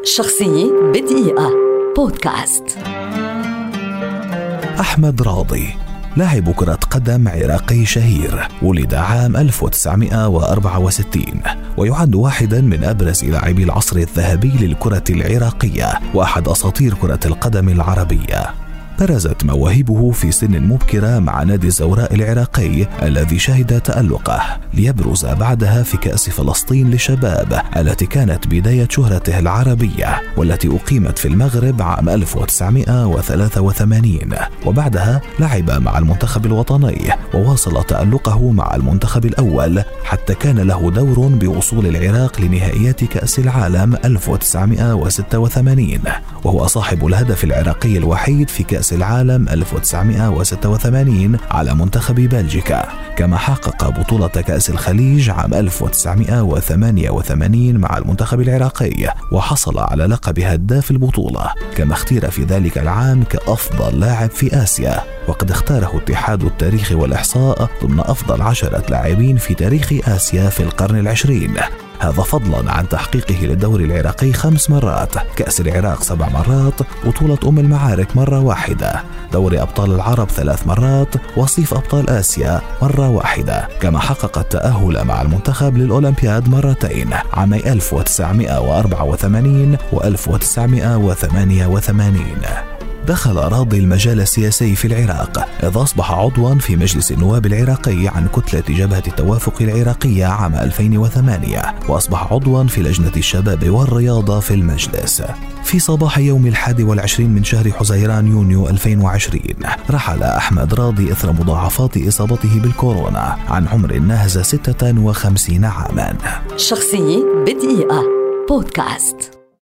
شخصية بدقيقة بودكاست. أحمد راضي لاعب كرة قدم عراقي شهير، ولد عام 1964 ويعد واحدا من أبرز لاعبي العصر الذهبي للكرة العراقية وأحد أساطير كرة القدم العربية. برزت مواهبه في سن مبكرة مع نادي الزوراء العراقي الذي شهد تألقه، ليبرز بعدها في كأس فلسطين للشباب التي كانت بداية شهرته العربية والتي أقيمت في المغرب عام 1983، وبعدها لعب مع المنتخب الوطني وواصل تألقه مع المنتخب الأول حتى كان له دور بوصول العراق لنهائيات كأس العالم 1986، وهو صاحب الهدف العراقي الوحيد في كأس العالم 1986 على منتخب بلجيكا. كما حقق بطولة كأس الخليج عام 1988 مع المنتخب العراقي وحصل على لقب هداف البطولة، كما اختير في ذلك العام كأفضل لاعب في آسيا، وقد اختاره اتحاد التاريخ والإحصاء ضمن أفضل 10 لاعبين في تاريخ آسيا في القرن ال20. هذا فضلا عن تحقيقه للدوري العراقي 5 مرات، كأس العراق 7 مرات، بطولة المعارك مرة واحدة، دوري أبطال العرب 3 مرات، وصيف أبطال آسيا مرة واحدة. كما حقق التأهل مع المنتخب للأولمبياد مرتين، عامي 1984 و1988. دخل راضي المجال السياسي في العراق إذ أصبح عضوا في مجلس النواب العراقي عن كتلة جبهة التوافق العراقية عام 2008، وأصبح عضوا في لجنة الشباب والرياضة في المجلس. في صباح يوم 21 من شهر حزيران يونيو 2020 رحل أحمد راضي إثر مضاعفات إصابته بالكورونا عن عمر ناهز 56 عاما. شخصية بدقيقة بودكاست.